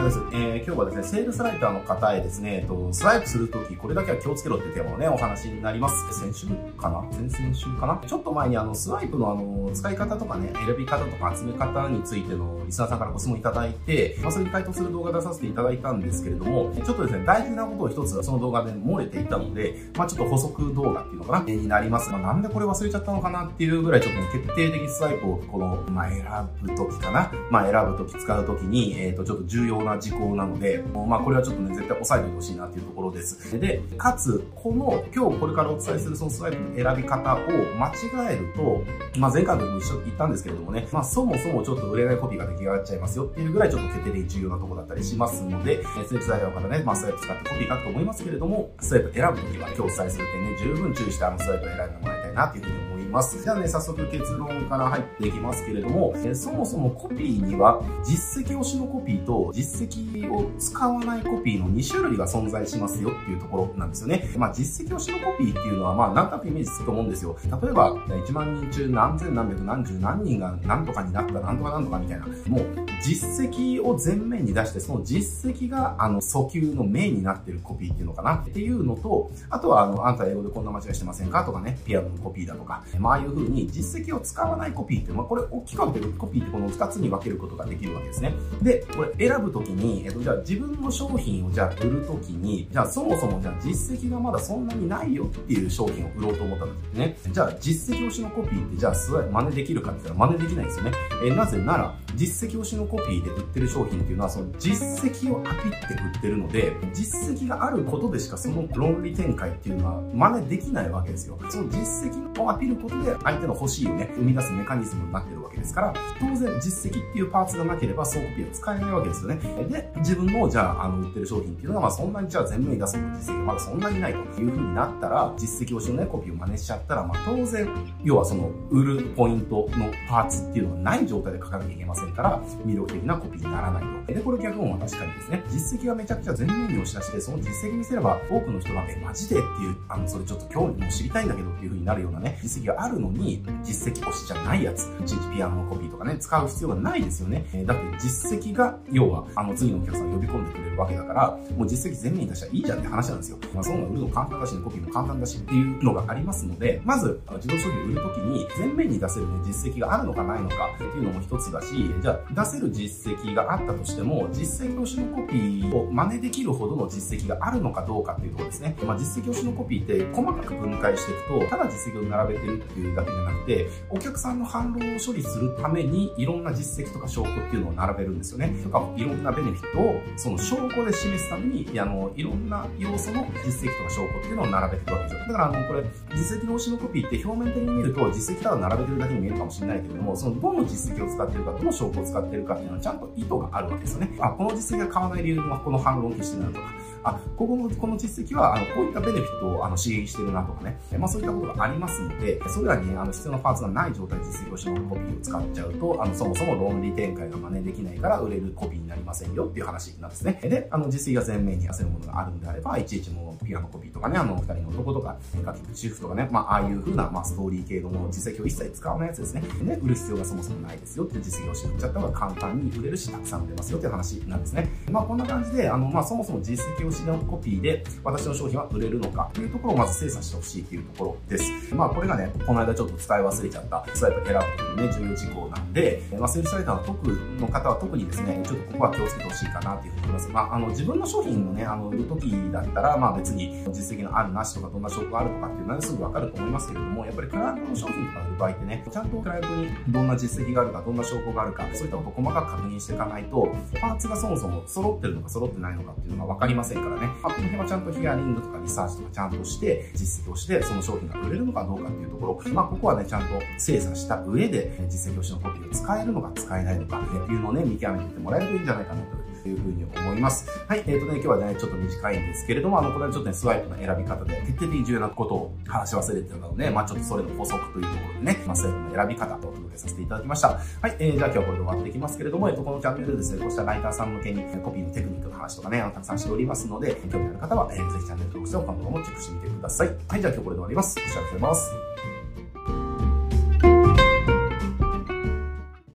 です。今日はですね、セールスライターの方へですね、スワイプするとき、これだけは気をつけろっていうテーマをね、お話になります。先週かな前々週かなちょっと前にスワイプの使い方とかね、選び方とか集め方についてのリスナーさんからご質問いただいて、それに回答する動画出させていただいたんですけれども、ちょっとですね、大事なことを一つその動画で漏れていたので、ちょっと補足動画っていうのかなになります。なんでこれ忘れちゃったのかなっていうぐらいちょっとね、決定的スワイプを選ぶときかな選ぶとき使うときに、ちょっと重要な事項なので、これはちょっとね、絶対押さえておいてほしいなっていうところです。で、かつ、今日これからお伝えするそのスワイプの選び方を間違えると、前回の時も一緒言ったんですけれどもね、そもそもちょっと売れないコピーが出来上がっちゃいますよっていうぐらいちょっと決定的に重要なところだったりしますので、セールスライターの方ね、スワイプ使ってコピー書くと思いますけれども、スワイプ選ぶときは今日お伝えする点ね、十分注意してスワイプを選んでもらいたいなっていうふうに思います。じゃあね、早速結論から入っていきますけれども、そもそもコピーには実績推しのコピーと実績を使わないコピーの2種類が存在しますよっていうところなんですよね。実績推しのコピーっていうのはなんとなくイメージつくと思うんですよ。例えば、1万人中何千何百何十何人が何とかになったなんとかなんとかみたいな、もう実績を前面に出して、その実績が訴求のメインになってるコピーっていうのかなっていうのと、あとはあんた英語でこんな間違いしてませんかとかね、ピアノのコピーだとか、ああいう風に実績を使わないコピーっていうのは、これ大きく分けるコピーってこの2つに分けることができるわけですね。で、これ選ぶときに、じゃあ自分の商品を売るときに、じゃあそもそも実績がまだそんなにないよっていう商品を売ろうと思ったんですね。じゃあ実績推しのコピーってじゃあ真似できるかって言ったら真似できないですよね。なぜなら、実績推しのコピーで売ってる商品っていうのは、その実績をアピって売ってるので、実績があることでしかその論理展開っていうのは真似できないわけですよ。その実績をアピることで相手の欲しいをね、生み出すメカニズムになってるわけですから、当然実績っていうパーツがなければそのコピーは使えないわけですよね。で、自分の売ってる商品っていうのがそんなに前面に出す実績がまだそんなにないという風になったら、実績推しのね、コピーを真似しちゃったら、当然、要はその売るポイントのパーツっていうのがない状態で書かなきゃいけませんから、魅力的なコピーにならないと。で、これ逆も確かにですね、実績がめちゃくちゃ前面に押し出して、その実績見せれば多くの人が、マジでっていう、それちょっと興味も知りたいんだけどっていう風になるようなね、実績があるのに、実績推しじゃないやつ、いちいちピアノのコピーとかね、使う必要がないですよね。だって実績が、要は、次のお客さんを呼び込んでくれるわけだから、もう実績前面に出したらいいじゃんって話なんですよ。そんな売るの簡単だし、コピーも簡単だしっていうのがありますので、まず、自動商品を売るときに、前面に出せるね、実績があるのかないのかっていうのも一つだし、じゃあ、出せる実績があったとしても、実績推しのコピーを真似できるほどの実績があるのかどうかっていうところですね。実績推しのコピーって細かく分解していくと、ただ実績を並べてるっていうだけじゃなくて、お客さんの反論を処理するために、いろんな実績とか証拠っていうのを並べるんですよね。とか、いろんなベネフィットを、その証拠で示すために、いろんな要素の実績とか証拠っていうのを並べていくわけですよ。だからこれ、実績の推しのコピーって表面的に見ると、実績ただ並べてるだけに見えるかもしれないけれども、そのどの実績を使ってるか、どの証拠を使ってるかっていうのはちゃんと意図があるわけですよね。この実績が買わない理由はこの反論を消してるなとか、この実績は、こういったベネフィットを刺激してるなとかね。そういったことがありますので、それらに必要なパーツがない状態で実績推しのコピーを使っちゃうと、そもそも論理展開が真似できないから売れるコピーになりませんよっていう話なんですね。で、実績が前面に出せるものがあるんであれば、いちいちもうピアノコピーとかね、二人の男とか、楽曲主婦とかね、ああいう風な、ストーリー系の実績を一切使わないやつですね。で、売る必要がそもそもないですよっていう実績をして売っちゃった方が簡単に売れるし、たくさん売れますよっていう話なんですね。こんな感じで、そもそも実績推しのコピーで私の商品は売れるのかというところをまず精査してほしいというところです。これがね、この間ちょっと伝え忘れちゃったスワイプ選ぶというね、重要事項なんで、セールスライターの方は特にですね、ちょっとここは気をつけてほしいかなというふうに思います。自分の商品をね、売るときだったら、別に実績のあるなしとか、どんな証拠があるとかっていうのはすぐわかると思いますけれども、やっぱりクライアントの商品とか売る場合ってね、ちゃんとクライアントにどんな実績があるか、どんな証拠があるか、そういったことを細かく確認していかないと、パーツがそもそも揃ってるのか揃ってないのかっていうのがわかりませんからね。この辺はちゃんとヒアリングとかリサーチとかちゃんとして、実績をして、その商品が売れるのかどうかっていうところ、ここはね、ちゃんと精査した上で、実績推しのコピーを使えるのか使えないのかっていうのをね、見極めていってもらえるといいんじゃないかなというふうに思います。はい、今日はね、ちょっと短いんですけれども、これはちょっとね、スワイプの選び方で、徹底的に重要なことを話し忘れてたので、ちょっとそれの補足というところでね、スワイプの選び方とお届けさせていただきました。はい、じゃあ今日はこれで終わっていきますけれども、このチャンネルでですね、こうしたライターさん向けにコピーのテクニックの話とかね、たくさんしておりますので、興味ある方は、ぜひチャンネル登録して、他の動画もチェックしてみてください。はい、じゃあ今日これで終わります。お知らせします。